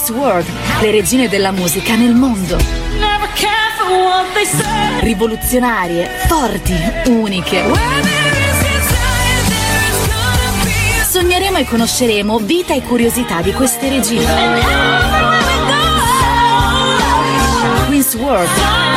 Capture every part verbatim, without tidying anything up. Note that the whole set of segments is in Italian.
Queen's World, le regine della musica nel mondo. Rivoluzionarie, forti, uniche. Sogneremo e conosceremo vita e curiosità di queste regine. Queen's World.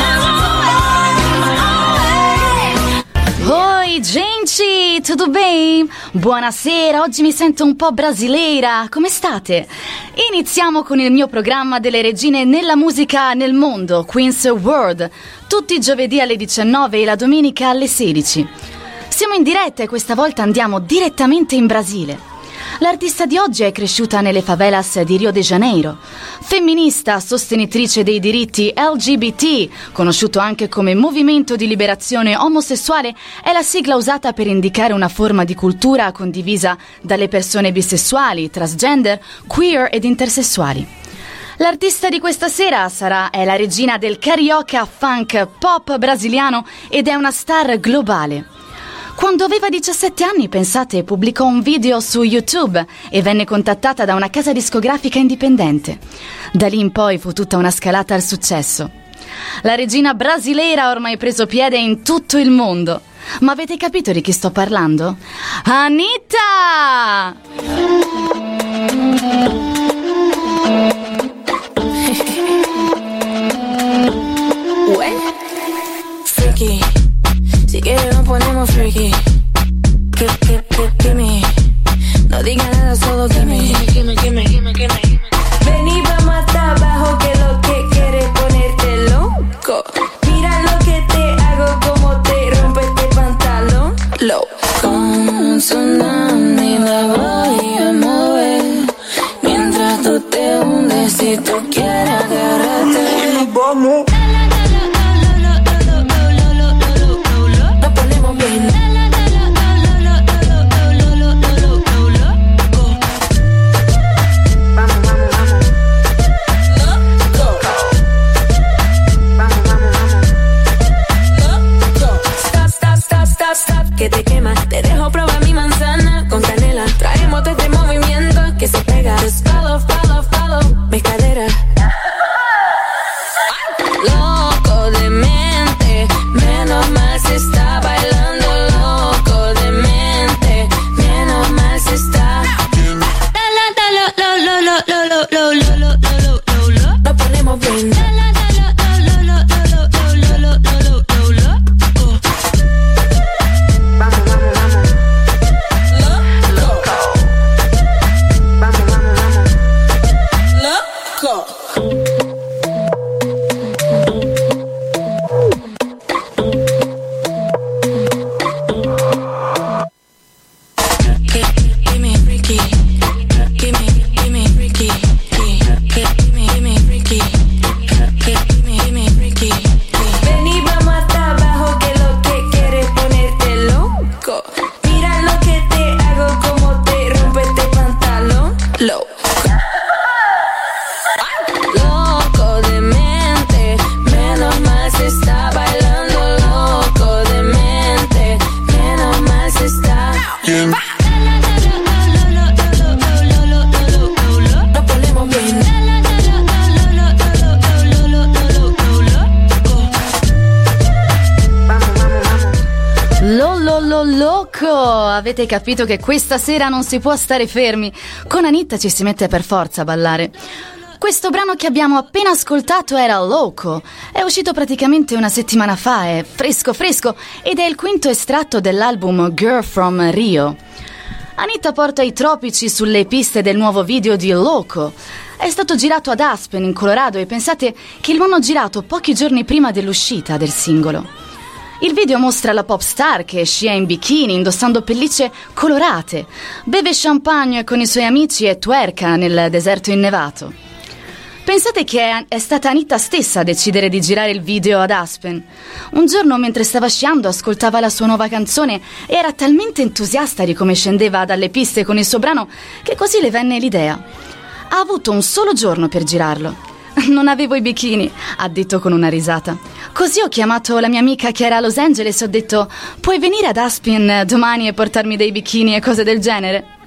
Oi gente, tudo bem? Buonasera, oggi mi sento un po' brasileira, come state? Iniziamo con il mio programma delle regine nella musica nel mondo, Queen's World, tutti i giovedì alle diciannove e la domenica alle sedici. Siamo in diretta e questa volta andiamo direttamente in Brasile. L'artista di oggi è cresciuta nelle favelas di Rio de Janeiro. Femminista, sostenitrice dei diritti L G B T, conosciuto anche come Movimento di Liberazione Omosessuale, è la sigla usata per indicare una forma di cultura condivisa dalle persone bisessuali, transgender, queer ed intersessuali. L'artista di questa sera sarà è la regina del carioca funk pop brasiliano ed è una star globale. Quando aveva diciassette anni, pensate, pubblicò un video su YouTube e venne contattata da una casa discografica indipendente. Da lì in poi fu tutta una scalata al successo. La regina brasileira ha ormai preso piede in tutto il mondo. Ma avete capito di chi sto parlando? Anitta! Uè? Freaky. Si quieres nos ponemos freaky. Give, give, give, give me. No diga nada, solo give me. Give me, give me, give me, give me. Ven y vamos hasta abajo, que lo que quieres ponerte loco. Mira lo que te hago, como te rompe este pantalón. Low. Como un tsunami la voy a mover. Mientras tú te hundes, si tú quieres agarrarte. Vamos. Que te quema, te dejo probar mi manzana con canela. Traemos todo este movimiento que se pega. Just follow, follow, follow mis caderas. Loco de mente, menos mal se está bailando. Loco de mente, menos mal se está. Nos ponemos bien. Avete capito che questa sera non si può stare fermi. Con Anitta ci si mette per forza a ballare. Questo brano che abbiamo appena ascoltato era Loco. È uscito praticamente una settimana fa, è fresco fresco ed è il quinto estratto dell'album Girl from Rio. Anitta porta i tropici sulle piste del nuovo video di Loco. È stato girato ad Aspen, in Colorado, e pensate che lo hanno girato pochi giorni prima dell'uscita del singolo. Il video mostra la pop star che scia in bikini, indossando pellicce colorate, beve champagne con i suoi amici e twerka nel deserto innevato. Pensate che è stata Anitta stessa a decidere di girare il video ad Aspen. Un giorno, mentre stava sciando, ascoltava la sua nuova canzone e era talmente entusiasta di come scendeva dalle piste con il suo brano che così le venne l'idea. Ha avuto un solo giorno per girarlo. Non avevo i bikini, ha detto con una risata. Così ho chiamato la mia amica che era a Los Angeles e ho detto: puoi venire ad Aspen domani e portarmi dei bikini e cose del genere?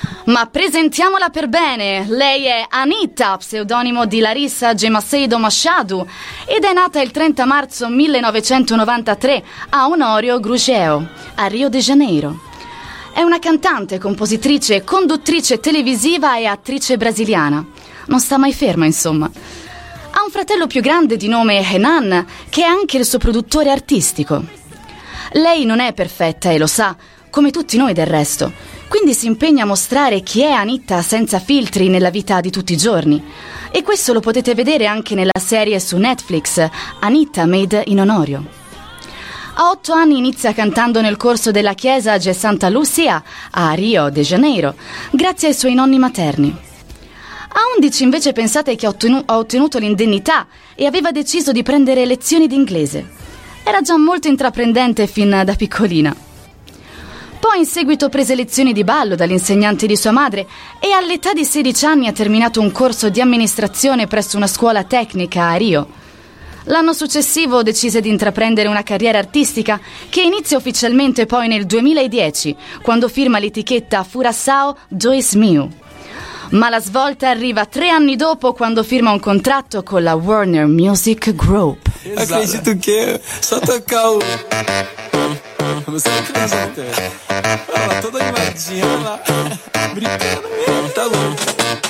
Ma presentiamola per bene, lei è Anitta, pseudonimo di Larissa Gemaseido Machado, ed è nata il trenta marzo millenovecentonovantatré a Honório Gurgel, a Rio de Janeiro. È una cantante, compositrice, conduttrice televisiva e attrice brasiliana. Non sta mai ferma, insomma. Ha un fratello più grande di nome Renan, che è anche il suo produttore artistico. Lei non è perfetta e lo sa, come tutti noi del resto. Quindi si impegna a mostrare chi è Anitta senza filtri nella vita di tutti i giorni. E questo lo potete vedere anche nella serie su Netflix, Anitta Made in Honório. A otto anni inizia cantando nel corso della chiesa Gé Santa Lúcia a Rio de Janeiro, grazie ai suoi nonni materni. A undici invece pensate che ha ottenu- ha ottenuto l'indennità e aveva deciso di prendere lezioni di inglese. Era già molto intraprendente fin da piccolina. Poi in seguito prese lezioni di ballo dall'insegnante di sua madre e all'età di sedici anni ha terminato un corso di amministrazione presso una scuola tecnica a Rio. L'anno successivo decise di intraprendere una carriera artistica che inizia ufficialmente poi nel duemiladieci, quando firma l'etichetta Furaçao dois mil. Ma la svolta arriva tre anni dopo, quando firma un contratto con la Warner Music Group. Acredito che só tocar o... Você não acredita? Olha lá, toda animadinha, olha lá. Brincando mesmo, tá louco.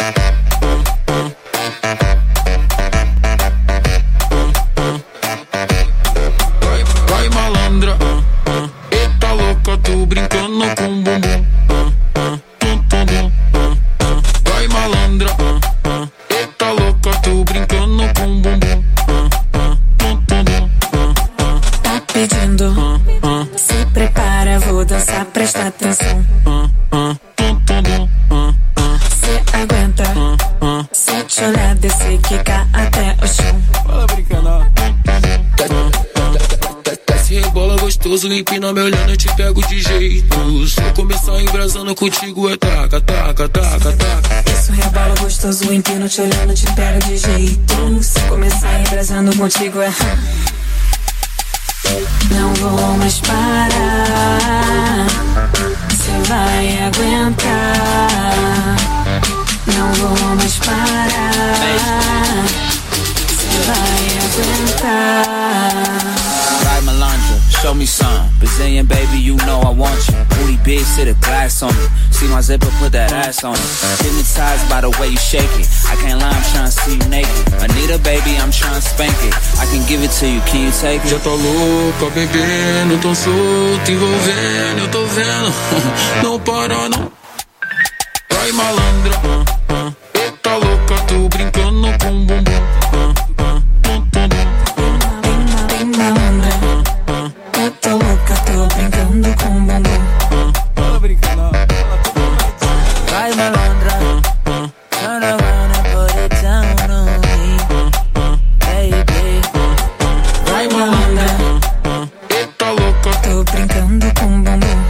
Vai, vai malandra, eita louca, tô brincando com bumbum. Vai malandra, eita louca, tô brincando com bumbum. Tá pedindo, se prepara, vou dançar, presta atenção. Se aguenta, se te olhar, descer, quicar até o chão. Fala brincando, ó. Desce, rebola gostoso, empina me olhando, eu te pego de jeito. Se eu começar embrasando contigo é taca, taca, taca, taca. Isso, rebola gostoso, empino te olhando, te pego de jeito. Se começar embrasando contigo é... Não vou mais parar, cê vai aguentar. Não vou mais parar, cê vai aguentar. Right, Melandra, show me some. Brazilian baby, you know I want you. Booty big, sit a glass on me. See my zipper, put that ass on it. Hypnotized by the way you shake it. I can't lie, I'm trying to see you naked. Anita, baby, I'm trying to spank it. I can give it to you, can you take it? Já tô louca, bebendo, tô solto, envolvendo, eu tô vendo. Não para, não. Vai, malandra, eita louca, tô brincando com bumbum. Eu tô louca, tô brincando com o bumbum. Fala brincando, Vai, malandra, turn around and put it down on me, baby. Vai, malandra, eita louca, tô brincando com o bumbum.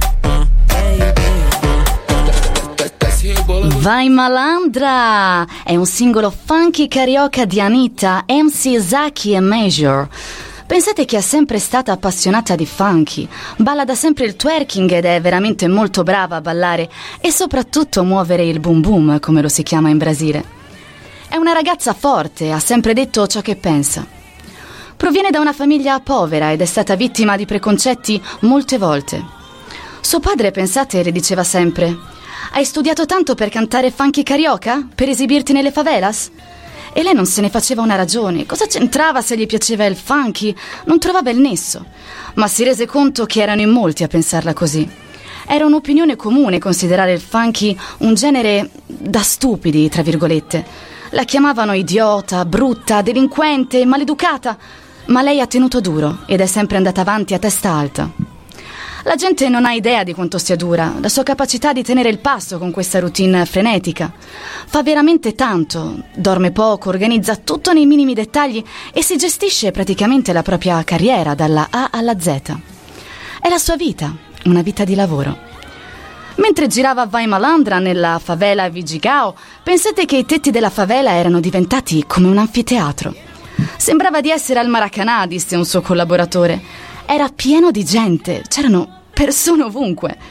Vai Malandra! È un singolo funky carioca di Anitta, M C Zaki e Major. Pensate che è sempre stata appassionata di funky, balla da sempre il twerking ed è veramente molto brava a ballare e soprattutto muovere il boom boom, come lo si chiama in Brasile. È una ragazza forte, ha sempre detto ciò che pensa. Proviene da una famiglia povera ed è stata vittima di preconcetti molte volte. Suo padre, pensate, le diceva sempre: hai studiato tanto per cantare funky carioca? Per esibirti nelle favelas? E lei non se ne faceva una ragione. Cosa c'entrava se gli piaceva il funky? Non trovava il nesso. Ma si rese conto che erano in molti a pensarla così. Era un'opinione comune considerare il funky un genere da stupidi, tra virgolette. La chiamavano idiota, brutta, delinquente, maleducata. Ma lei ha tenuto duro ed è sempre andata avanti a testa alta. La gente non ha idea di quanto sia dura, la sua capacità di tenere il passo con questa routine frenetica. Fa veramente tanto, dorme poco, organizza tutto nei minimi dettagli e si gestisce praticamente la propria carriera dalla A alla Z. È la sua vita, una vita di lavoro. Mentre girava Vai Malandra nella favela Vigigao, pensate che i tetti della favela erano diventati come un anfiteatro. Sembrava di essere al Maracanã, disse un suo collaboratore. Era pieno di gente, c'erano persone ovunque.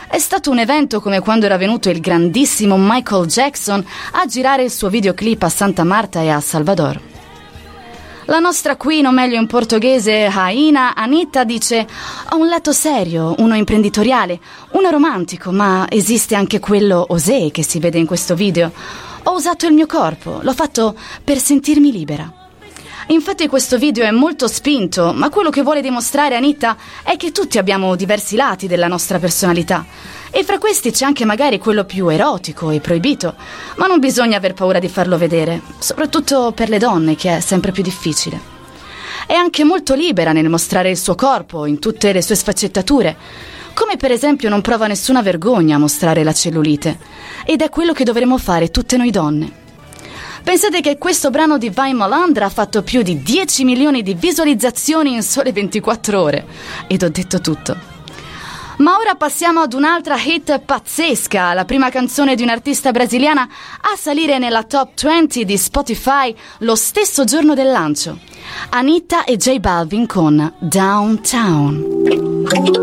È stato un evento come quando era venuto il grandissimo Michael Jackson a girare il suo videoclip a Santa Marta e a Salvador. La nostra queen, o meglio in portoghese Rainha Anitta, dice: ho un lato serio, uno imprenditoriale, uno romantico, ma esiste anche quello osé che si vede in questo video. Ho usato il mio corpo, l'ho fatto per sentirmi libera. Infatti questo video è molto spinto, ma quello che vuole dimostrare Anitta è che tutti abbiamo diversi lati della nostra personalità. E fra questi c'è anche magari quello più erotico e proibito, ma non bisogna aver paura di farlo vedere, soprattutto per le donne, che è sempre più difficile. È anche molto libera nel mostrare il suo corpo in tutte le sue sfaccettature, come per esempio non prova nessuna vergogna a mostrare la cellulite, ed è quello che dovremmo fare tutte noi donne. Pensate che questo brano di Vai Malandra ha fatto più di dieci milioni di visualizzazioni in sole ventiquattro ore, ed ho detto tutto. Ma ora passiamo ad un'altra hit pazzesca, la prima canzone di un'artista brasiliana a salire nella top venti di Spotify lo stesso giorno del lancio. Anitta e J Balvin con Downtown.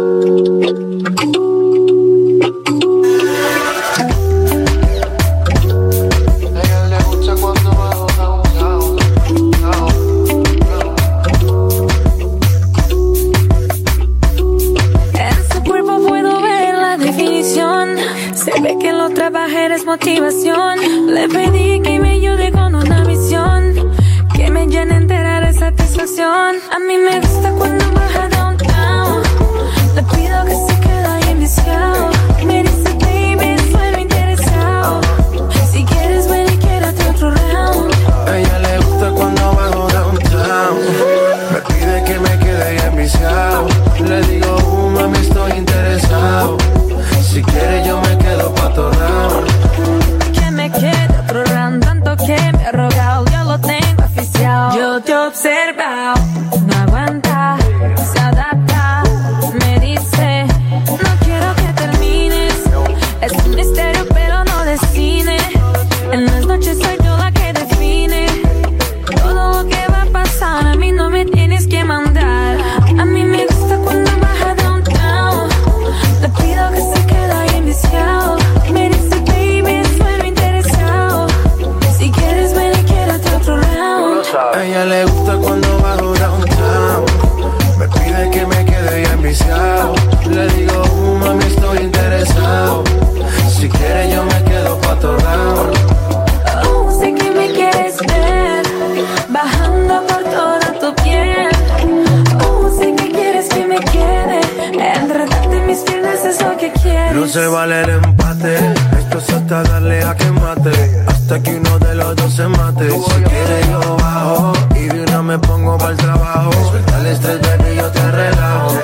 Trabajar es motivación. Le pedí que me ayude con una misión que me llene entera de satisfacción. A mí me gusta cuando baja downtown. Le pido que se quede ahí enviciado. Me dice baby, suelo interesado. Si quieres ven y quédate otro round. A ella le gusta cuando bajo downtown. Me pide que me quede ahí enviciado. Le digo, uh, mami, estoy interesado. Si quieres yo me quedo pa' otro round. Que me quede otro round, tanto que me ha rogado, yo lo tengo oficial. Yo te he observado, no aguanta, se adapta. Me dice, no quiero que termines. Es un misterio pero no de cine. En las noches soy yo la que define todo lo que va a pasar, a mí no me tienes que mandar. A mí me gusta cuando baja downtown. Le pido que se quede ahí enviciado. Me dice baby, suelo interesado. Si quieres ven y quédate otro round. A ella le gusta cuando bajo downtown. Me pide que me quede ahí enviciado. Le digo, uh, mami, estoy interesado. Si quieres yo me quedo pa' otro round. Oh, sé que me quieres ver bajando por toda tu piel. Oh, sé que quieres que me quede enredarte mis piernas, es lo que quieres. No se vale el empate, esto es hasta darle a que mate, hasta que uno de los dos se mate. Si quieres yo bajo y de una me pongo para el trabajo. Suelta el estrés, baby, yo te relajo.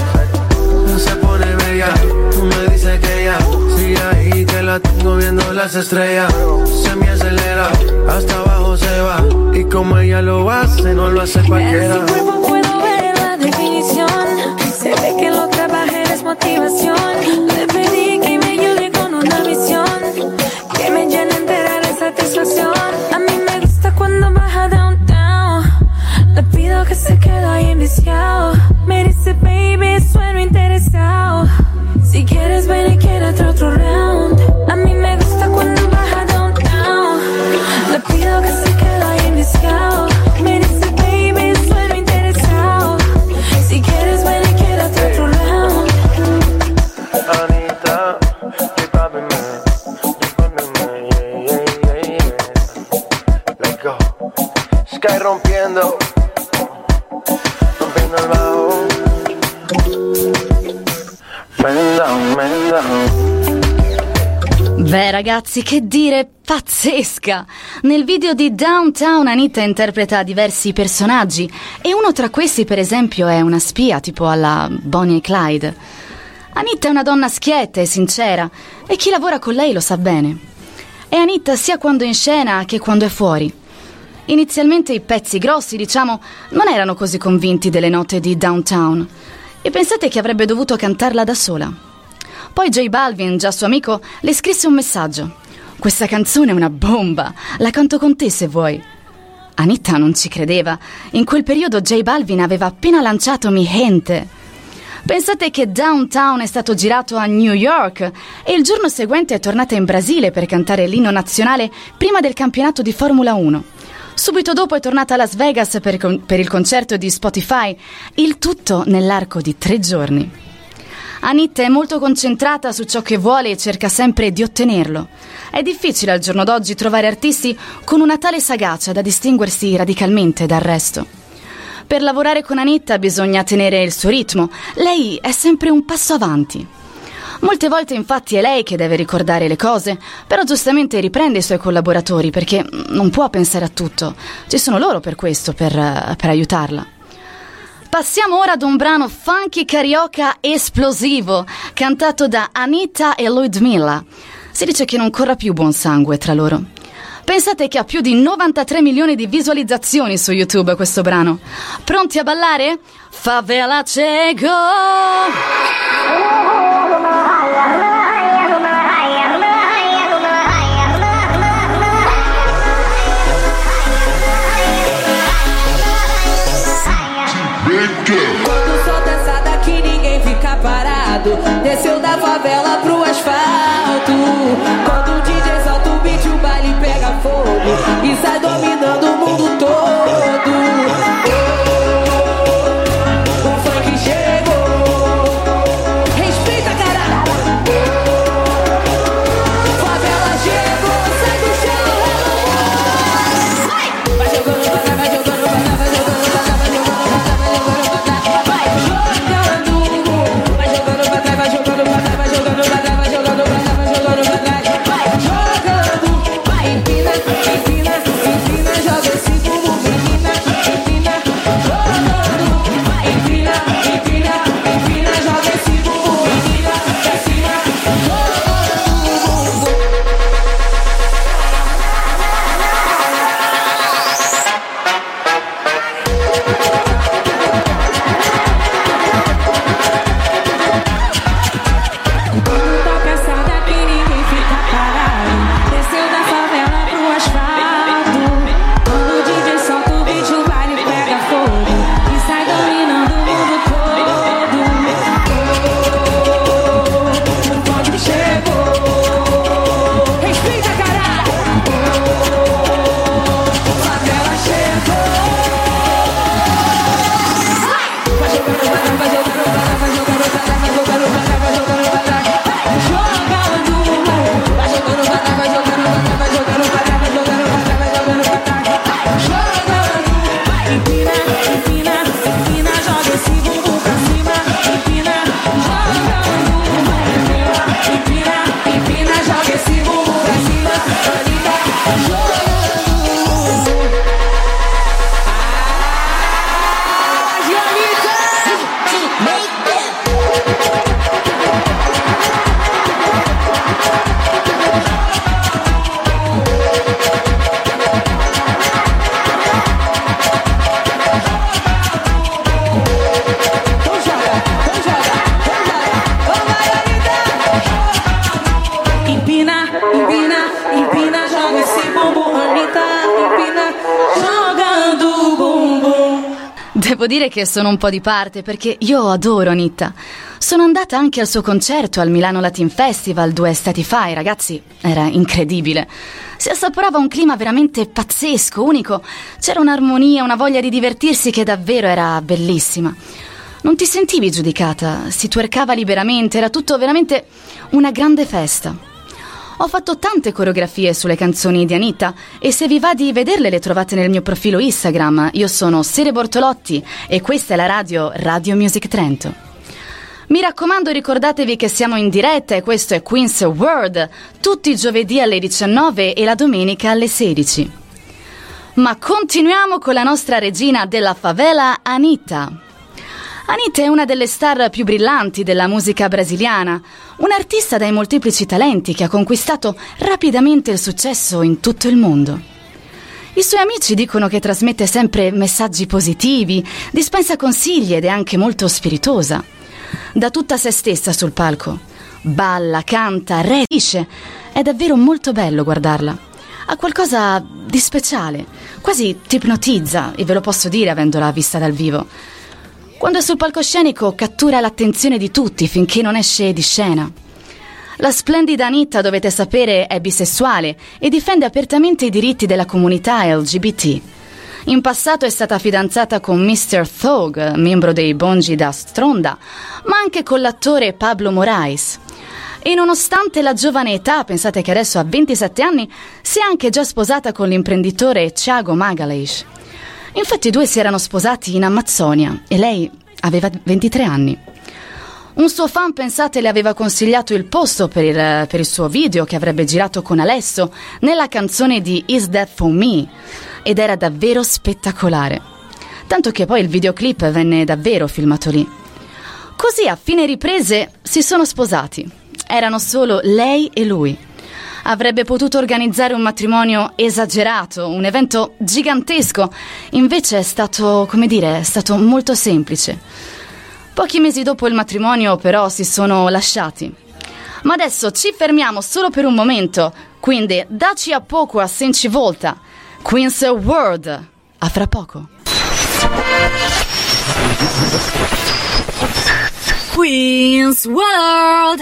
No se pone bella, tú me dices que ya sigue ahí, que la tengo viendo las estrellas. Se me acelera, hasta abajo se va, y como ella lo hace, no lo hace cualquiera. En su cuerpo puedo ver la definición. Se ve que lo trabajé es motivación. Le pedí que me ayude con una misión que me llene entera de satisfacción. A mí me gusta cuando baja downtown. Le pido que se quede ahí enviciado. Me dice baby, sueno interesado. Si quieres ven y quédate otro round. A mí me gusta cuando baja downtown. Le pido que se quede ahí enviciado. Me dice baby, sueno interesado. Si quieres ven y quédate otro round. Anita, keep popping man, keep popping man, yeah, yeah, yeah, yeah. Let's go. Sky rompiendo, rompiendo el bajo. Man down, man down. Beh ragazzi, che dire, pazzesca! Nel video di Downtown Anitta interpreta diversi personaggi e uno tra questi per esempio è una spia tipo alla Bonnie e Clyde. Anitta è una donna schietta e sincera e chi lavora con lei lo sa bene. E Anitta sia quando è in scena che quando è fuori. Inizialmente i pezzi grossi, diciamo, non erano così convinti delle note di Downtown e pensate che avrebbe dovuto cantarla da sola. Poi J Balvin, già suo amico, le scrisse un messaggio: questa canzone è una bomba, la canto con te se vuoi. Anitta non ci credeva, in quel periodo J Balvin aveva appena lanciato Mi Gente. Pensate che Downtown è stato girato a New York e il giorno seguente è tornata in Brasile per cantare l'inno nazionale prima del campionato di Formula uno. Subito dopo è tornata a Las Vegas per, per il concerto di Spotify, il tutto nell'arco di tre giorni. Anitta è molto concentrata su ciò che vuole e cerca sempre di ottenerlo. È difficile al giorno d'oggi trovare artisti con una tale sagacia da distinguersi radicalmente dal resto. Per lavorare con Anitta bisogna tenere il suo ritmo. Lei è sempre un passo avanti. Molte volte infatti è lei che deve ricordare le cose, però giustamente riprende i suoi collaboratori perché non può pensare a tutto. Ci sono loro per questo, per, per aiutarla. Passiamo ora ad un brano funky carioca esplosivo, cantato da Anitta e Ludmilla. Si dice che non corra più buon sangue tra loro. Pensate che ha più di novantatré milioni di visualizzazioni su YouTube questo brano. Pronti a ballare? Favela Chego! Quando solta essa daqui ninguém fica parado. Desceu da favela pro asfalto. Quando o D J solta o beat, o baile pega fogo e sai dominando o mundo todo. O funk chegou. Respeita, caralho. Favela chegou, sai do chão, vai. Vai jogando pra cá, vai jogando pra cá, vai jogando pra cá, vai jogando pra cá, vai jogando pra cá, vai jogando. Vai jogando pra cá, vai jogando pra cá, vai jogando pra cá, vai jogando pra cá, vai jogando pra cá, vai jogando. Vai empina, empina, empina, joga esse bumbum, empina, empina, jogando. Vai empina, empina, empina, joga esse bumbum, empina, pra cima, jogando. Quando toca essa daqui ninguém fica parado. Desceu da favela pro asfalto. Quando o D J solta o beat, o baile pega fogo e sai dominando o mundo todo. O funk chegou. Respeita, caralho. Favela chegou. Vai jogando pra cá, vai jogando pra cá, vai jogando pra cá, vai jogando pra cá, vai jogando pra cá. Jogando, vai jogando pra cá, vai jogando pra cá, vai jogando pra cá, vai jogando pra cá, vai jogando pra cá. Jogando, vai empina, empina, empina, joga esse bumbum pra cima, empina, jogando, empina, empina, joga esse bumbum pra cima, Anitta, jogando. Empina, empina, empina, joga esse bumbum, Anitta, empina, jogando bumbum. Devo dire che sono un po' di parte perché io adoro Anitta. Sono andata anche al suo concerto al Milano Latin Festival due estati fa e ragazzi, era incredibile. Si assaporava un clima veramente pazzesco, unico. C'era un'armonia, una voglia di divertirsi che davvero era bellissima. Non ti sentivi giudicata, si twerkava liberamente, era tutto veramente una grande festa. Ho fatto tante coreografie sulle canzoni di Anitta e se vi va di vederle le trovate nel mio profilo Instagram. Io sono Sere Bortolotti e questa è la radio Radio Music Trento. Mi raccomando, ricordatevi che siamo in diretta e questo è Queen's World, tutti i giovedì alle diciannove e la domenica alle sedici. Ma continuiamo con la nostra regina della favela, Anitta. Anitta è una delle star più brillanti della musica brasiliana, un'artista dai molteplici talenti che ha conquistato rapidamente il successo in tutto il mondo. I suoi amici dicono che trasmette sempre messaggi positivi, dispensa consigli ed è anche molto spiritosa. Dà tutta se stessa sul palco. Balla, canta, recita. È davvero molto bello guardarla. Ha qualcosa di speciale, quasi ti ipnotizza, e ve lo posso dire avendola vista dal vivo. Quando è sul palcoscenico cattura l'attenzione di tutti finché non esce di scena. La splendida Anitta, dovete sapere, è bisessuale e difende apertamente i diritti della comunità L G B T. In passato è stata fidanzata con mister Thug, membro dei Bongi da Stronda, ma anche con l'attore Pablo Moraes. E nonostante la giovane età, pensate che adesso ha ventisette anni, si è anche già sposata con l'imprenditore Thiago Magalhães. Infatti i due si erano sposati in Amazzonia e lei aveva ventitré anni. Un suo fan, pensate, le aveva consigliato il posto per il, per il suo video che avrebbe girato con Alesso nella canzone di Is That For Me, ed era davvero spettacolare. Tanto che poi il videoclip venne davvero filmato lì. Così a fine riprese si sono sposati. Erano solo lei e lui. Avrebbe potuto organizzare un matrimonio esagerato, un evento gigantesco. Invece è stato, come dire, è stato molto semplice. Pochi mesi dopo il matrimonio, però, si sono lasciati. Ma adesso ci fermiamo solo per un momento. Quindi, daci a poco a Senci Volta. Queen's World. A fra poco. Queen's World.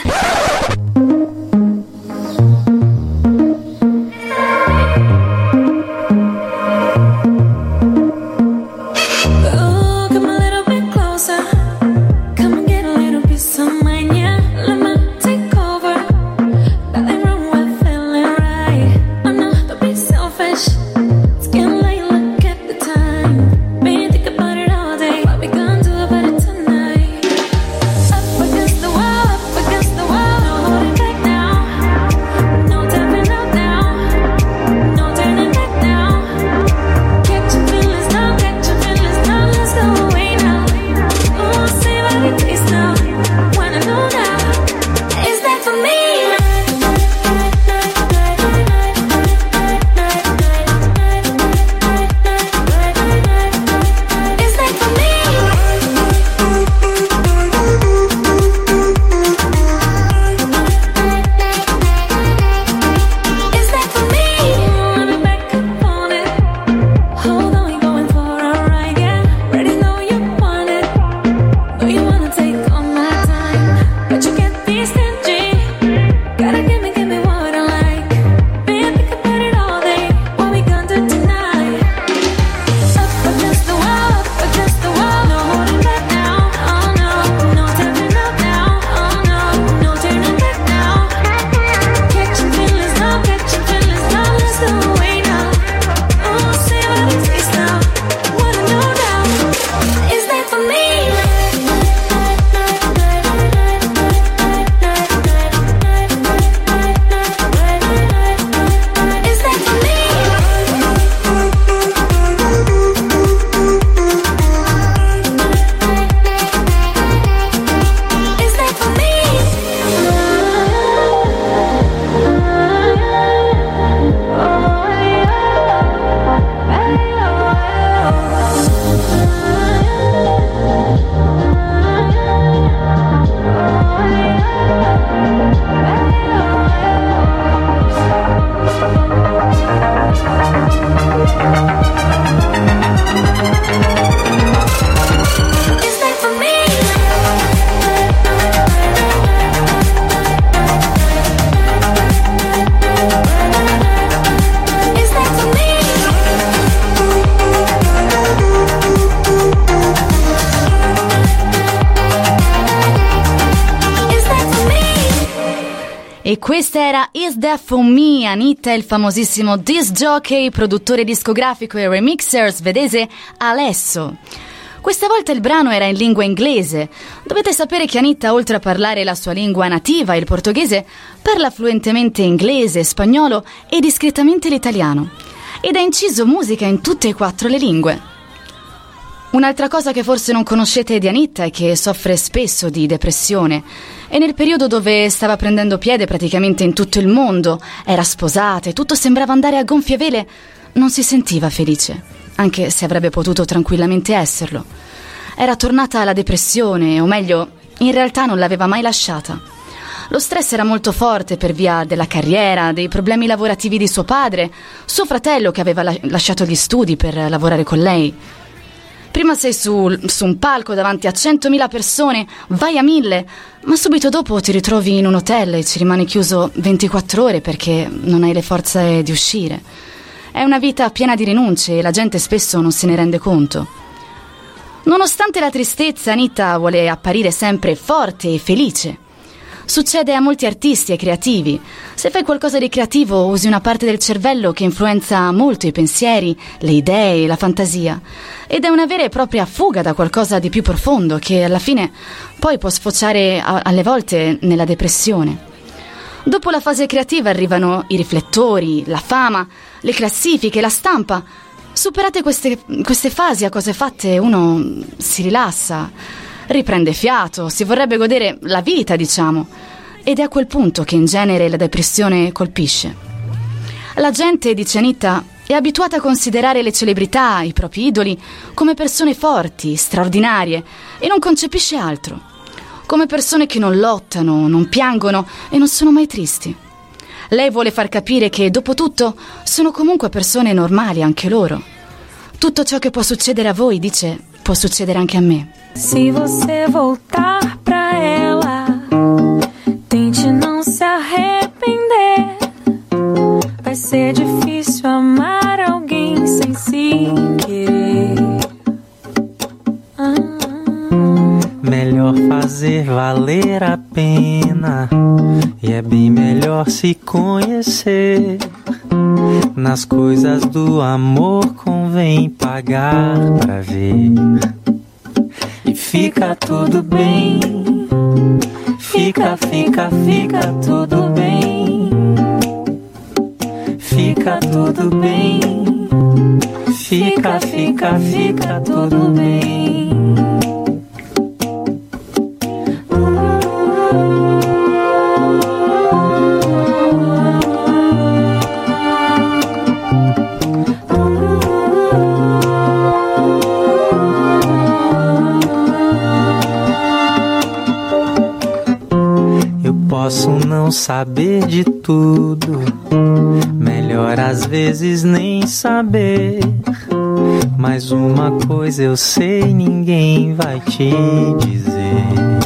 E questa era Is That For Me, Anitta e il famosissimo disc jockey, produttore discografico e remixer svedese Alesso. Questa volta il brano era in lingua inglese. Dovete sapere che Anitta, oltre a parlare la sua lingua nativa, il portoghese, parla fluentemente inglese, spagnolo e discretamente l'italiano. Ed ha inciso musica in tutte e quattro le lingue. Un'altra cosa che forse non conoscete di Anitta è che soffre spesso di depressione e nel periodo dove stava prendendo piede praticamente in tutto il mondo, era sposata e tutto sembrava andare a gonfie vele, non si sentiva felice, anche se avrebbe potuto tranquillamente esserlo. Era tornata alla depressione, o meglio, in realtà non l'aveva mai lasciata. Lo stress era molto forte per via della carriera, dei problemi lavorativi di suo padre, suo fratello che aveva lasciato gli studi per lavorare con lei. Prima sei su, su un palco davanti a centomila persone, vai a mille, ma subito dopo ti ritrovi in un hotel e ci rimani chiuso ventiquattro ore perché non hai le forze di uscire. È una vita piena di rinunce e la gente spesso non se ne rende conto. Nonostante la tristezza, Anitta vuole apparire sempre forte e felice. Succede a molti artisti e creativi. Se fai qualcosa di creativo, usi una parte del cervello che influenza molto i pensieri, le idee, la fantasia. Ed è una vera e propria fuga da qualcosa di più profondo che alla fine poi può sfociare a- alle volte nella depressione. Dopo la fase creativa arrivano i riflettori, la fama, le classifiche, la stampa. Superate queste, queste fasi a cose fatte, uno si rilassa, riprende fiato, si vorrebbe godere la vita, diciamo. Ed è a quel punto che in genere la depressione colpisce. La gente, dice Anitta, è abituata a considerare le celebrità, i propri idoli, come persone forti, straordinarie, e non concepisce altro. Come persone che non lottano, non piangono e non sono mai tristi. Lei vuole far capire che, dopo tutto, sono comunque persone normali anche loro. Tutto ciò che può succedere a voi, dice, può succedere anche a me. Se você voltar pra ela, tente não se arrepender. Vai ser difícil amar alguém sem se querer. Ah. Melhor fazer valer a pena, e é bem melhor se conhecer. Nas coisas do amor convém pagar pra ver. E fica tudo bem, fica, fica, fica tudo bem. Fica tudo bem, fica, fica, fica tudo bem. Posso não saber de tudo, melhor às vezes nem saber. Mas uma coisa eu sei, ninguém vai te dizer.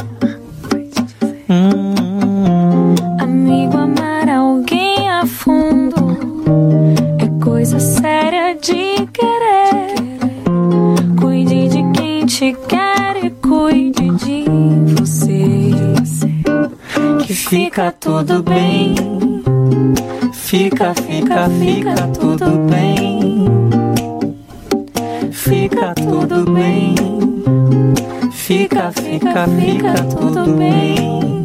Hum. Amigo, amar alguém a fundo é coisa séria de querer. Cuide de quem te quer e cuide de você. Que fica tudo bem, fica, fica, fica tudo bem. Fica tudo bem, fica, fica, fica tudo bem.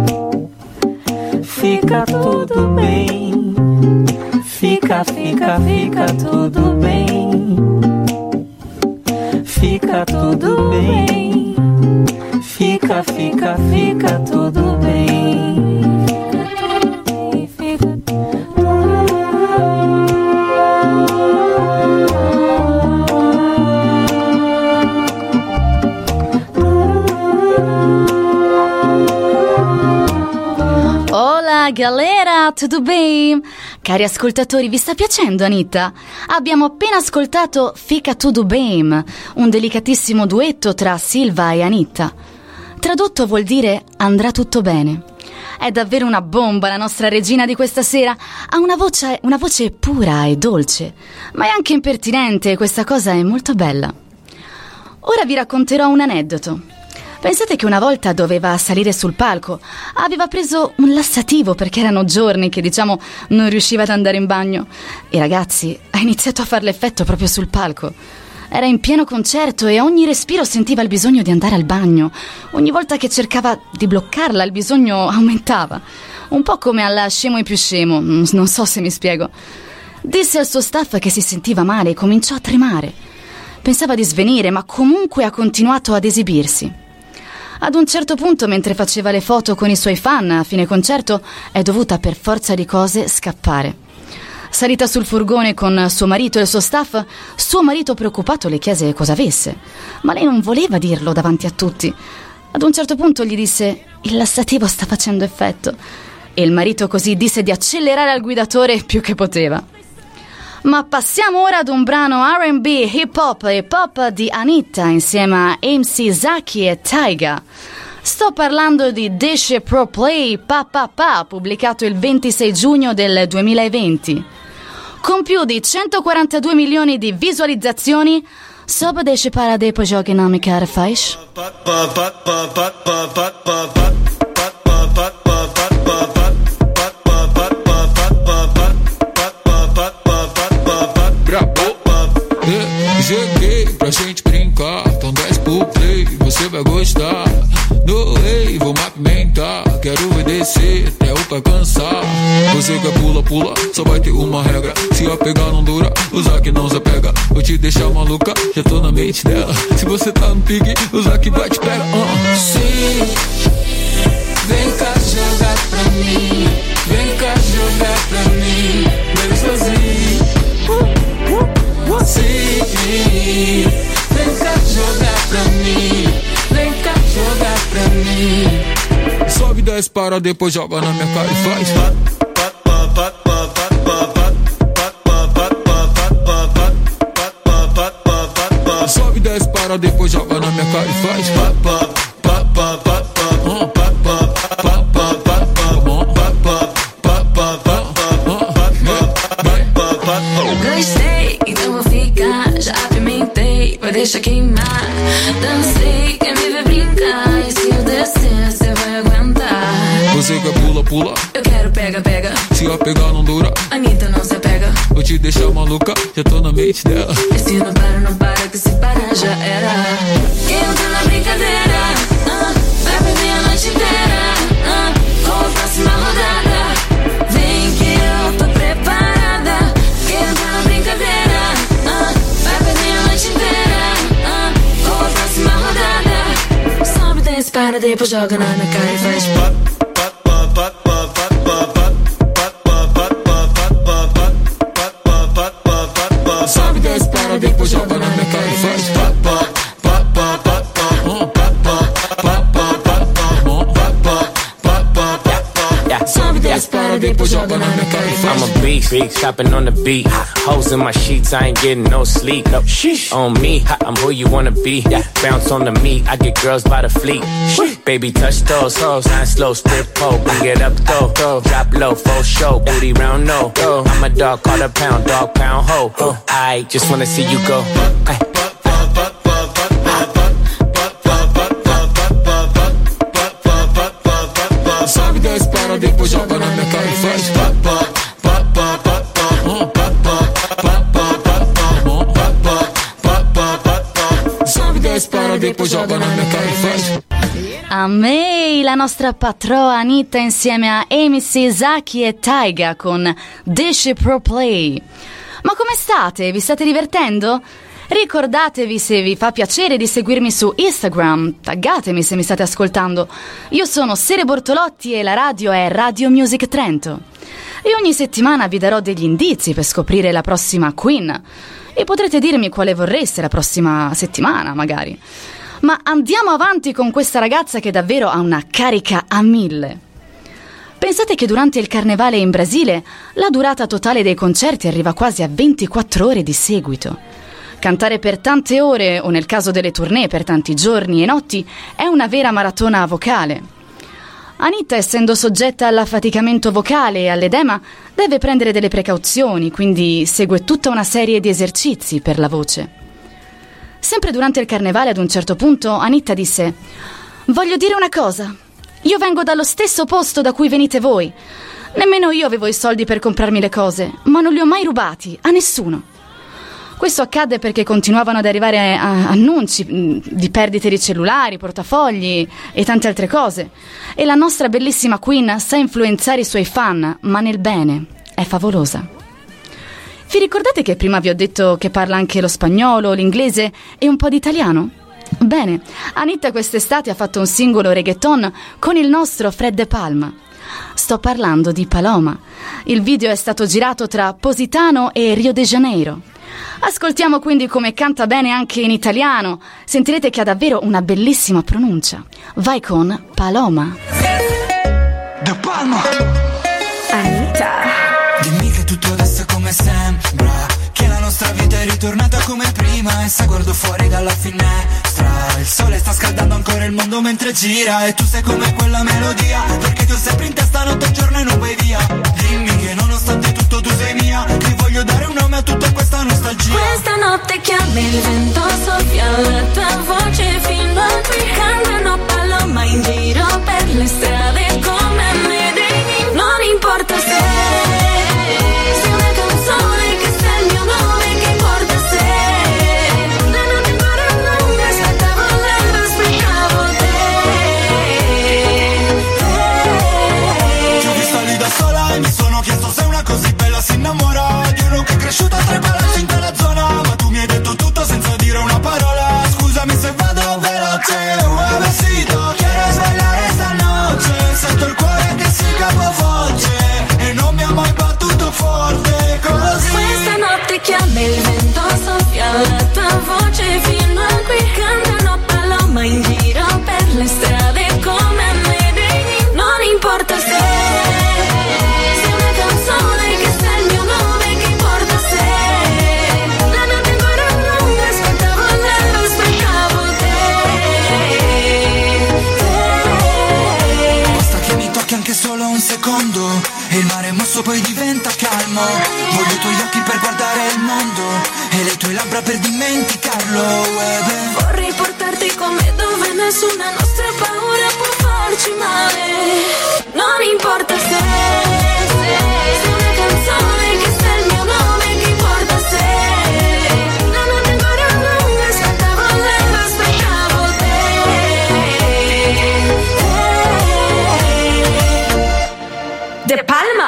Fica tudo bem, fica, fica, fica tudo bem. Fica tudo bem, fica, fica, fica tudo bem. Hola galera, tudo bem? Cari ascoltatori, vi sta piacendo Anitta? Abbiamo appena ascoltato Fica tudo bem, un delicatissimo duetto tra Silva e Anitta. Tradotto vuol dire andrà tutto bene. È davvero una bomba la nostra regina di questa sera. Ha una voce, una voce pura e dolce, ma è anche impertinente e questa cosa è molto bella. Ora vi racconterò un aneddoto. Pensate che una volta doveva salire sul palco. Aveva preso un lassativo perché erano giorni che, diciamo, non riusciva ad andare in bagno. E ragazzi, ha iniziato a far l'effetto proprio sul palco. Era in pieno concerto e a ogni respiro sentiva il bisogno di andare al bagno. Ogni volta che cercava di bloccarla, il bisogno aumentava. Un po' come alla Scemo e più scemo, non so se mi spiego. Disse al suo staff che si sentiva male e cominciò a tremare. Pensava di svenire, ma comunque ha continuato ad esibirsi. Ad un certo punto, mentre faceva le foto con i suoi fan a fine concerto, è dovuta per forza di cose scappare. Salita sul furgone con suo marito e il suo staff, suo marito preoccupato le chiese cosa avesse, ma lei non voleva dirlo davanti a tutti. Ad un certo punto gli disse: il lassativo sta facendo effetto, e il marito così disse di accelerare al guidatore più che poteva. Ma passiamo ora ad un brano R and B, hip hop e pop di Anitta insieme a M C Zaki e Tyga. Sto parlando di Dish Pro Play Pa Pa Pa, pubblicato il ventisei giugno del duemilaventi. Con più di centoquarantadue milioni di visualizzazioni, Sob deixa para depois joga na minha cara faz. Cheguei pra gente brincar, então desce pro play, você vai gostar. No way, vou apimentar, quero obedecer até o pai cansar. Você quer pula, pula, só vai ter uma regra. Se a pegar não dura, usar que não se pega. Vou te deixar maluca, já tô na mente dela. Se você tá no pique, usar que vai te pega. uh. Sim, vem cá jogar pra mim, vem cá jogar pra mim, bem sozinho. Sim, vem cá jogar pra mim, vem cá jogar pra mim. Sobe, desce, para, depois joga na minha cara e faz. Sobe, desce, para, depois joga na minha cara e faz. Gostei, então vou ficar. Já apimentei, vai deixar queimar. Dancei, quer me ver brincar. E se eu descer, cê vai aguentar. Você quer pula, pula, eu quero pega, pega. Se a pegar não dura, Anitta não se apega. Vou te deixar maluca, já tô na mente dela. E se não para, não para, que se parar já era. Entra na brincadeira, uh, vai perder a noite inteira, uh, com a próxima rodada. Vem que eu tô preparada. Entra na brincadeira, uh, vai perder a noite inteira, uh, com a próxima rodada. Sobe, desce, para, depois joga na minha cara e faz pop. Sobe, desce, para, depois joga na minha cara e faz. Sobe, desce, para, depois joga na minha cara e faz. I'm a beast, beast, chopping on the beat. Hoes in my sheets, I ain't getting no sleep. No, sheesh. On me, I'm who you wanna be. Yeah. Bounce on the meat, I get girls by the fleet. Baby, touch those hoes, nine slow, strip pole. Bring it up, go, go. Drop low, full show, booty round, no. Go. I'm a dog, call a pound, dog, pound, ho. Oh. I just wanna see you go. Ay. Sobe, desce, para, depois joga na minha cara e faz. Sobe, desce, para, depois joga na minha cara e faz. Amei la nostra patroa Anitta insieme a M C Zaki e Tyga con Dish Pro Play. Ma come state? Vi state divertendo? Ricordatevi, se vi fa piacere, di seguirmi su Instagram, taggatemi se mi state ascoltando. Io sono Sere Bortolotti e la radio è Radio Music Trento. E ogni settimana vi darò degli indizi per scoprire la prossima Queen. E potrete dirmi quale vorreste la prossima settimana, magari. Ma andiamo avanti con questa ragazza che davvero ha una carica a mille. Pensate che durante il carnevale in Brasile la durata totale dei concerti arriva quasi a ventiquattro ore di seguito. Cantare per tante ore, o nel caso delle tournée per tanti giorni e notti, è una vera maratona vocale. Anitta, essendo soggetta all'affaticamento vocale e all'edema, deve prendere delle precauzioni, quindi segue tutta una serie di esercizi per la voce. Sempre durante il carnevale, ad un certo punto, Anitta disse: «Voglio dire una cosa. Io vengo dallo stesso posto da cui venite voi. Nemmeno io avevo i soldi per comprarmi le cose, ma non li ho mai rubati a nessuno». Questo accadde perché continuavano ad arrivare a- annunci di perdite di cellulari, portafogli e tante altre cose. E la nostra bellissima Queen sa influenzare i suoi fan, ma nel bene. È favolosa. Vi ricordate che prima vi ho detto che parla anche lo spagnolo, l'inglese e un po' di italiano? Bene, Anitta quest'estate ha fatto un singolo reggaeton con il nostro Fred De Palma. Sto parlando di Paloma. Il video è stato girato tra Positano e Rio de Janeiro. Ascoltiamo quindi come canta bene anche in italiano. Sentirete che ha davvero una bellissima pronuncia. Vai con Paloma. De Palma. Anitta. Dimmi che tutto adesso è come sembra. tornata come prima e se guardo fuori dalla finestra il sole sta scaldando ancora il mondo mentre gira e tu sei come quella melodia, perché ti ho sempre in testa notte e giorno e non vai via. Dimmi che nonostante tutto tu sei mia, ti voglio dare un nome a tutta questa nostalgia. Questa notte chiama il vento, soffia la tua voce fino a qui, cantano paloma in giro per le strade come Medellin. Non importa se sei una canzone che sta il mio nome, che importa se la notte ancora lunga, aspettavo l'alba, aspettavo te. Ti ho vista lì da sola e mi sono chiesto se una così bella si innamora di uno che è cresciuto a tre palazzi in quella zona, ma tu mi hai detto tutto senza dire una parola. Scusami se vado veloce, un vestito, quieres bailar esta noche, sento il cuore che si capovolge e non mi ha mai battuto forte così. Questa notte chiama il vento, soffia la tua voce fino a qui, cantano paloma in giro per le strade come Medellin. Non importa se sei una canzone che sta il mio nome, che importa se la notte ancora lunga, aspettavo l'alba, aspettavo te, te. Basta che mi tocchi anche solo un secondo e il mare mosso poi diventa calmo. Voglio i tuoi occhi per guardare il mondo e le tue labbra per dimenticarlo, baby. Vorrei portarti con me dove nessuna nostra paura può farci male. Non importa se sei una canzone che sta il mio nome, che importa se la notte ancora lunga, aspettavo l'alba, aspettavo te, te. De Palma.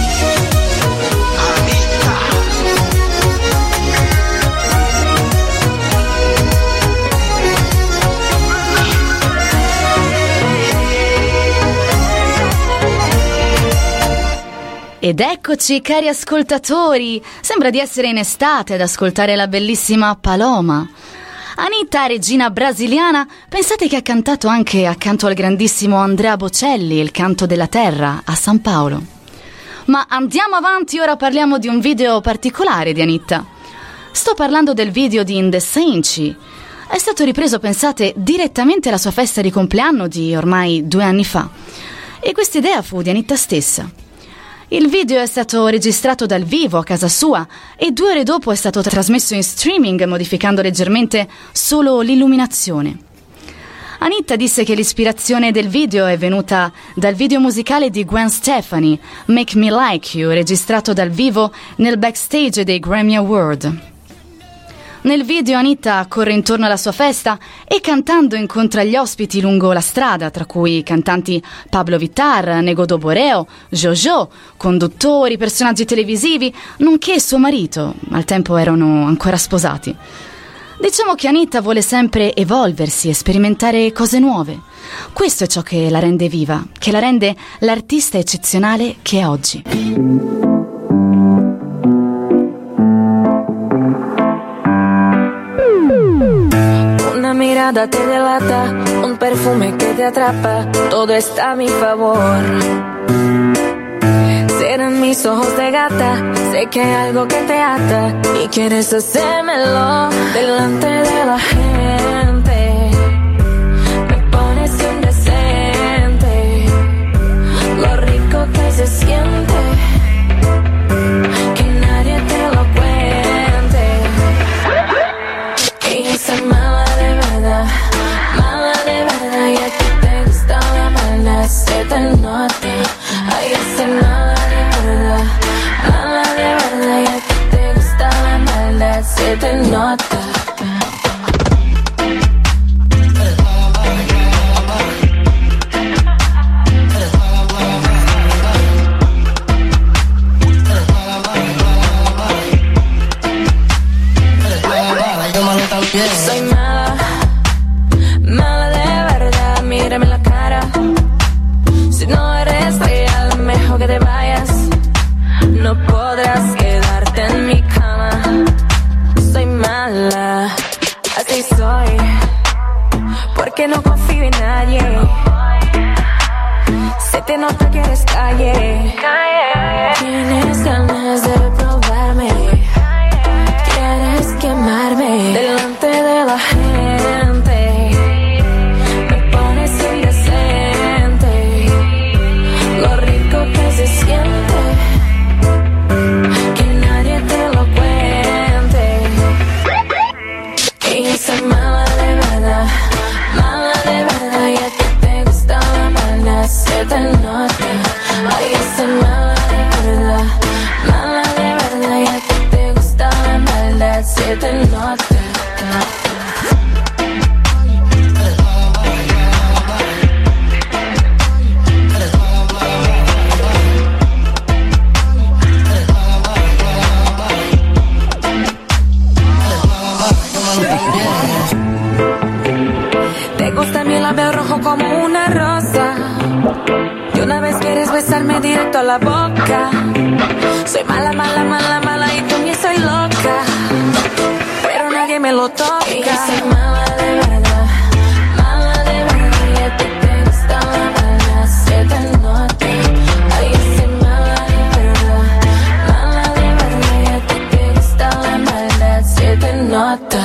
Ed eccoci, cari ascoltatori, sembra di essere in estate ad ascoltare la bellissima Paloma. Anitta, regina brasiliana, pensate che ha cantato anche accanto al grandissimo Andrea Bocelli il Canto della Terra a San Paolo. Ma andiamo avanti, ora parliamo di un video particolare di Anitta. Sto parlando del video di Indecenti. È stato ripreso, pensate, direttamente alla sua festa di compleanno di ormai due anni fa. E quest'idea fu di Anitta stessa. Il video è stato registrato dal vivo a casa sua e due ore dopo è stato trasmesso in streaming modificando leggermente solo l'illuminazione. Anitta disse che l'ispirazione del video è venuta dal video musicale di Gwen Stefani, Make Me Like You, registrato dal vivo nel backstage dei Grammy Award. Nel video Anitta corre intorno alla sua festa e cantando incontra gli ospiti lungo la strada, tra cui i cantanti Pablo Vittar, Negodo Boreo, Jojo, conduttori, personaggi televisivi, nonché suo marito, al tempo erano ancora sposati. Diciamo che Anitta vuole sempre evolversi e sperimentare cose nuove. Questo è ciò che la rende viva, che la rende l'artista eccezionale che è oggi. Una mirada te delata, un perfume que te atrapa, todo está a mi favor. Serán mis ojos de gata, sé que hay algo que te ata y quieres hacérmelo delante de la gente. Me pones indecente, lo rico que se siente, que nadie te lo cuente. Y yo soy mala de verdad, mala de verdad, y a ti te gusta la maldad, se te nota. Ay, yo soy mala de verdad, mala de verdad, y a ti te gusta la maldad, se te nota. Soy mala, mala de verdad, mírame la cara. Si no eres real, mejor que te vayas. No podrás quedarte en mi cama. Soy mala, así soy, porque no confío en nadie. Se te nota que eres calle. Tienes ganas de probarme, quieres que se te nota. Te gusta mi labio rojo como una rosa. Y una vez quieres besarme directo a la boca. Soy mala, mala, mala, mala y también soy loca. Pero nadie me lo toca. Y yo soy mala de verdad, mala de verdad. Y a ti te gusta la mala, se te nota. Ay, yo soy mala de verdad, mala de verdad. Y a ti te gusta la mala, se te nota.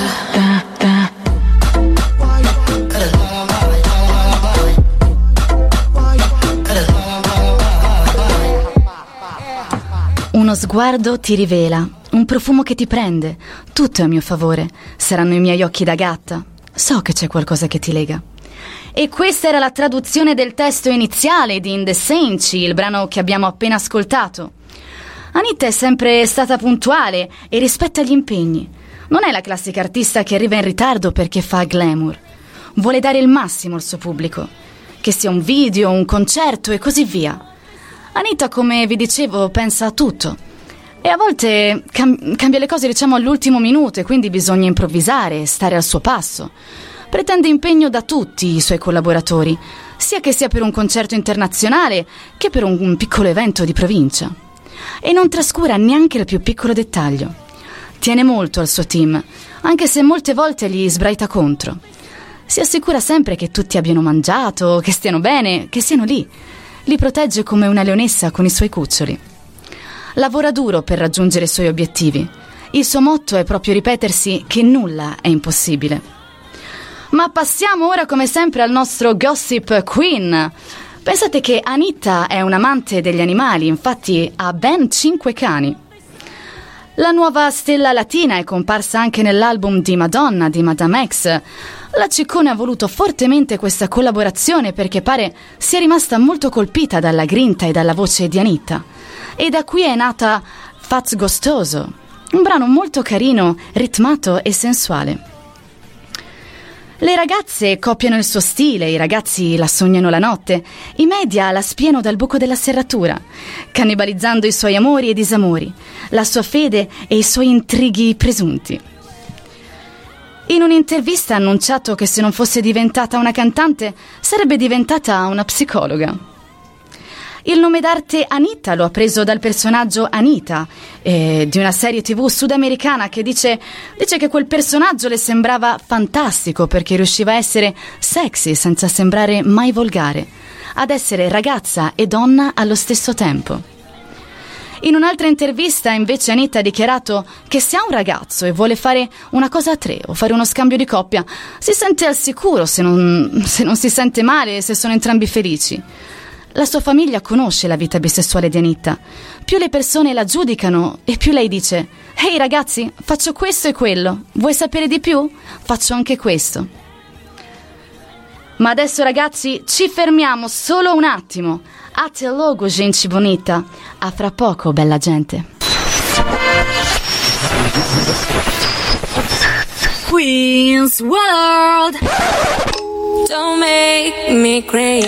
Uno sguardo ti rivela, un profumo che ti prende, tutto è a mio favore, saranno i miei occhi da gatta, so che c'è qualcosa che ti lega. E questa era la traduzione del testo iniziale di In the Senci, il brano che abbiamo appena ascoltato. Anitta è sempre stata puntuale e rispetta gli impegni. Non è la classica artista che arriva in ritardo perché fa glamour. Vuole dare il massimo al suo pubblico, che sia un video, un concerto e così via. Anitta, come vi dicevo, pensa a tutto e a volte cam- cambia le cose, diciamo, all'ultimo minuto e quindi bisogna improvvisare, stare al suo passo. Pretende impegno da tutti i suoi collaboratori, sia che sia per un concerto internazionale che per un, un piccolo evento di provincia. E non trascura neanche il più piccolo dettaglio. Tiene molto al suo team, anche se molte volte gli sbraita contro. Si assicura sempre che tutti abbiano mangiato, che stiano bene, che siano lì. Li protegge come una leonessa con i suoi cuccioli. Lavora duro per raggiungere i suoi obiettivi. Il suo motto è proprio ripetersi che nulla è impossibile. Ma passiamo ora come sempre al nostro Gossip Queen. Pensate che Anitta è un'amante degli animali, infatti ha ben cinque cani. La nuova stella latina è comparsa anche nell'album di Madonna di Madame X. La Ciccone ha voluto fortemente questa collaborazione perché pare sia rimasta molto colpita dalla grinta e dalla voce di Anitta. E da qui è nata Fats Gostoso, un brano molto carino, ritmato e sensuale. Le ragazze copiano il suo stile, i ragazzi la sognano la notte, i media la spiano dal buco della serratura, cannibalizzando i suoi amori e disamori, la sua fede e i suoi intrighi presunti. In un'intervista ha annunciato che se non fosse diventata una cantante sarebbe diventata una psicologa. Il nome d'arte Anitta lo ha preso dal personaggio Anita, eh, di una serie tivù sudamericana che dice, dice che quel personaggio le sembrava fantastico perché riusciva a essere sexy senza sembrare mai volgare, ad essere ragazza e donna allo stesso tempo. In un'altra intervista invece Anitta ha dichiarato che se ha un ragazzo e vuole fare una cosa a tre o fare uno scambio di coppia, si sente al sicuro se non, se non si sente male, se sono entrambi felici. La sua famiglia conosce la vita bisessuale di Anitta. Più le persone la giudicano e più lei dice: «Ehi ragazzi, faccio questo e quello. Vuoi sapere di più? Faccio anche questo». Ma adesso ragazzi ci fermiamo solo un attimo. Até logo, gente bonita. A fra poco, bella gente. Queen's World. Don't make me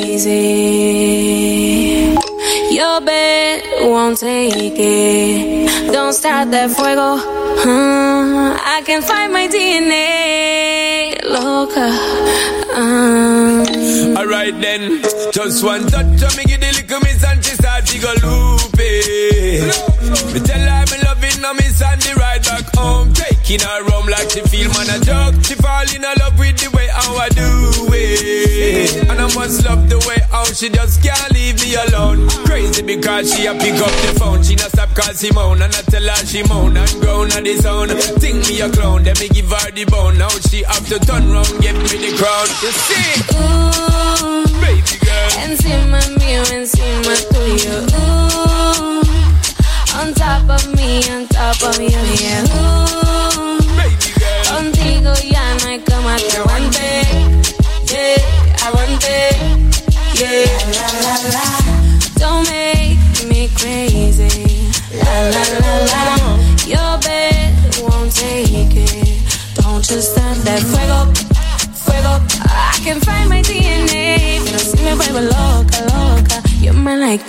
crazy. Your bed won't take it. Don't start that fuego. Uh, I can find my D N A. Loca. Uh. Alright then, just one touch of me, give the little miss and she start to go loopy. Me tell her me loving her miss and the ride back home, taking her home like she feel man a joke. She fall in love with the way how I do it, and I must love the way how she just can't leave me alone. Crazy because she a pick up the phone, she not stop call Simone, and I tell her she moan and groan on the zone. Think me a clown, then me give her the bone. Now she have to turn round, get me the crown. You see? Ooh, baby girl. Encima mío, encima tuyo. Ooh, on top of me, on top of you, yeah. Ooh, baby girl. Contigo ya no hay como te aguante. Yeah, aguante. Yeah, la la la. Don't make me crazy. La la la la. Your bed won't take it.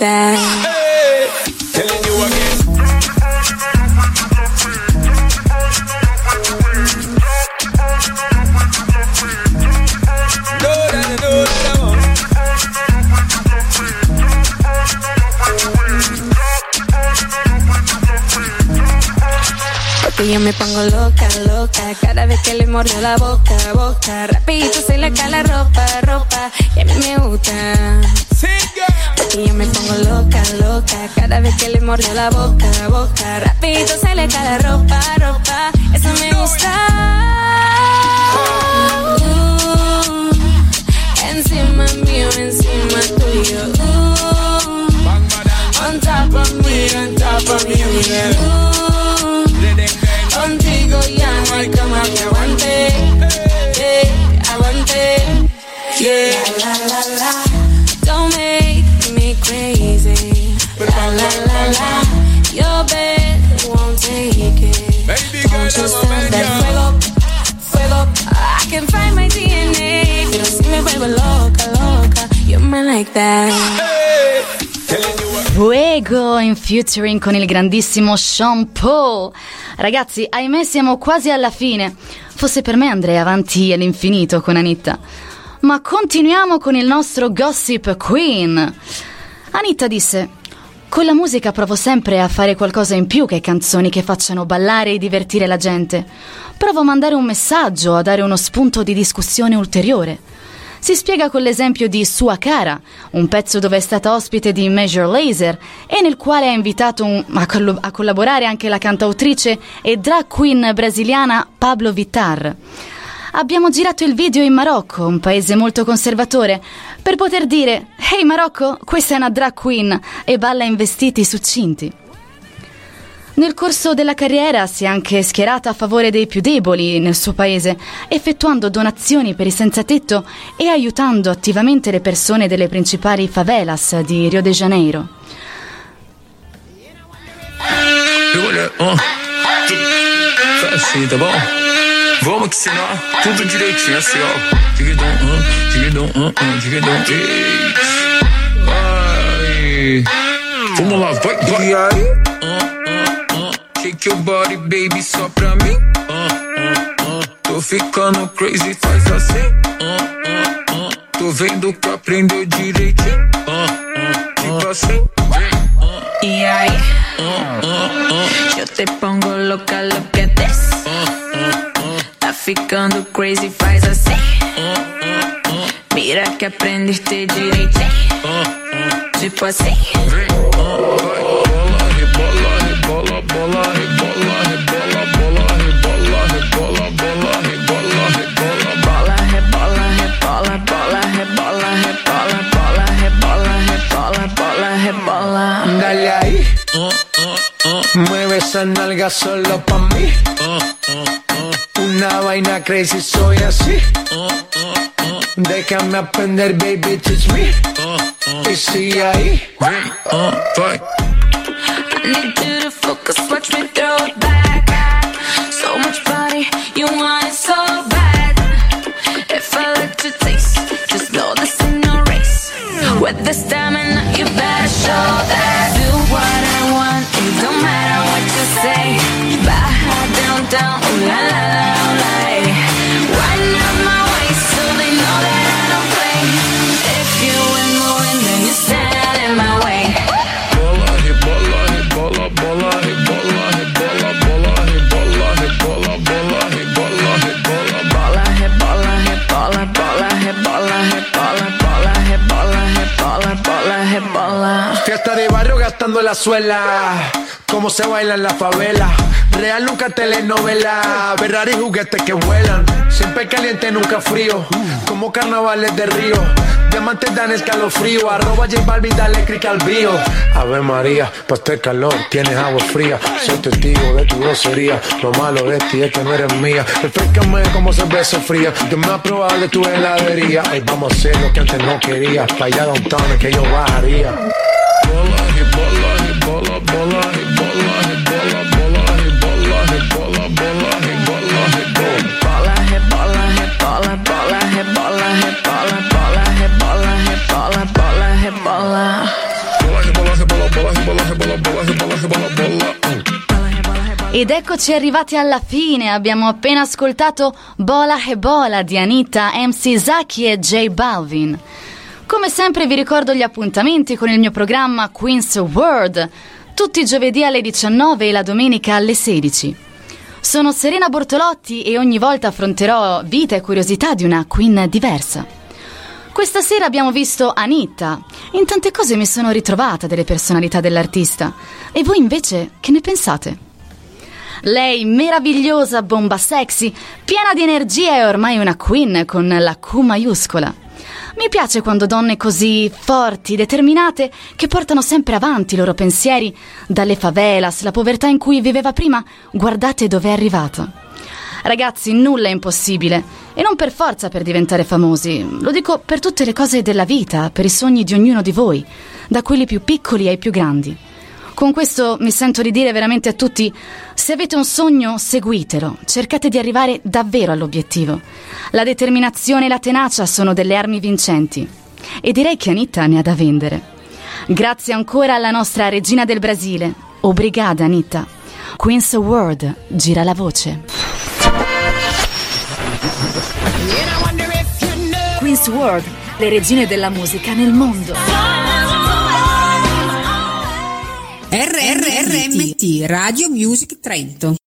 that. Hey, telling you again. No, that, no, that, no. Porque yo me pongo loca, loca cada vez que le mordo la boca, boca. Rapidito se le cae la ropa, ropa. Y a mí me gusta. Porque yo me pongo loca, loca cada vez que le mordo la boca, boca. Rapidito se le cae la ropa, ropa. Eso me gusta. Uh, encima mío, encima tuyo. Uh, on top of me, on top of me, yeah. Uh, Contigo ya no hay cama que aguante, yeah, aguante, yeah. La la la la, don't make me crazy. La la la la, your bed won't take it. Baby girl, don't you stand that fuego, fuego. I can find my D N A, pero si me vuelvo loca, loca, you're man like that. Hey, telling you what. Fuego in featuring con il grandissimo Sean Paul. Ragazzi, ahimè siamo quasi alla fine. Fosse per me andrei avanti all'infinito con Anitta. Ma continuiamo con il nostro Gossip Queen. Anitta disse: con la musica provo sempre a fare qualcosa in più che canzoni che facciano ballare e divertire la gente. Provo a mandare un messaggio, a dare uno spunto di discussione ulteriore. Si spiega con l'esempio di Sua Cara, un pezzo dove è stata ospite di Major Lazer e nel quale ha invitato un, a, collo, a collaborare anche la cantautrice e drag queen brasiliana Pablo Vittar. Abbiamo girato il video in Marocco, un paese molto conservatore, per poter dire: «Ehi Marocco, questa è una drag queen e balla in vestiti succinti». Nel corso della carriera si è anche schierata a favore dei più deboli nel suo paese, effettuando donazioni per i senzatetto e aiutando attivamente le persone delle principali favelas di Rio de Janeiro. Tá bom? Vamos que ensinar tudo direitinho assim, ó. Dividão, uh, dividão, uh, uh, dividão, vai. Vamos lá, vai, vai. E aí? Uh, uh, uh. Shake your body, baby, só pra mim. Uh, uh, uh. Tô ficando crazy, faz assim. Uh, uh, uh. Tô vendo que aprendeu direitinho. Uh, uh, tipo assim. Uh, E aí? uh, uh, uh. Eu te pongo louca, look at this. Tá ficando crazy, faz assim. Mira que aprendeste direitinho. Tipo assim. Bola, rebola, rebola, bola, rebola, rebola, bola, rebola, rebola, bola, rebola, rebola. Bola, rebola, rebola, bola, rebola, rebola, bola, rebola, rebola, bola, rebola. Dale ahí, mueve esa nalga solo pa' mí. Una vaina crazy, soy así. Déjame aprender, baby, teach me. Y sigue ahí. Vai. I need you to focus, watch me throw it back. So much body, you want it so bad. If I let you taste, just know this ain't no race. With the stamina, you better show that. Do what I want, it don't matter what you say. Baja down, down, ooh la la la, ooh la. Wind up my waist so they know that I don't play. If you ain't moving, then you stand in my way. Bola, rebola, rebola, bola, rebola, rebola, bola, rebola, rebola, bola, rebola, rebola. Bola, rebola, rebola, bola, rebola, rebola, bola, rebola, rebola, bola, rebola. Fiesta de barrio gastando la suela. Cómo se baila en la favela. Real nunca telenovela. Ferrari juguetes que vuelan. Siempre caliente, nunca frío. Como carnavales de Río. Diamantes dan escalofrío. Arroba J Balvin, dale click al bio. Ave María, pa' este calor tienes agua fría. Soy testigo de tu grosería. Lo malo de ti es que no eres mía. Refrescame como cerveza fría. Yo me voy a probar de tu heladería. Hoy vamos a hacer lo que antes no quería. Pa' allá downtown es que yo bajaría. Bola, rebola, rebola, bola, rebola, rebola, bola, rebola, rebola, bola, rebola, rebola. Bola, rebola, rebola, bola, rebola, rebola, bola, rebola, rebola, bola, rebola. Bola, rebola, Ed eccoci arrivati alla fine, abbiamo appena ascoltato Bola e Bola di Anitta, M C Zaki e J Balvin. Come sempre vi ricordo gli appuntamenti con il mio programma Queen's World, tutti i giovedì alle diciannove e la domenica alle sedici. Sono Serena Bortolotti e ogni volta affronterò vita e curiosità di una queen diversa. Questa sera abbiamo visto Anitta. In tante cose mi sono ritrovata delle personalità dell'artista. E voi invece che ne pensate? Lei, meravigliosa, bomba sexy, piena di energia e ormai una queen con la Q maiuscola. Mi piace quando donne così forti, determinate, che portano sempre avanti i loro pensieri, dalle favelas, la povertà in cui viveva prima, guardate dove è arrivata. Ragazzi, nulla è impossibile, e non per forza per diventare famosi, lo dico per tutte le cose della vita, per i sogni di ognuno di voi, da quelli più piccoli ai più grandi. Con questo mi sento di dire veramente a tutti: se avete un sogno, seguitelo, cercate di arrivare davvero all'obiettivo. La determinazione e la tenacia sono delle armi vincenti, e direi che Anitta ne ha da vendere. Grazie ancora alla nostra regina del Brasile. Obrigada Anitta. Queen's World, gira la voce. Queen's World, le regine della musica nel mondo. R R R M T Radio Music Trento.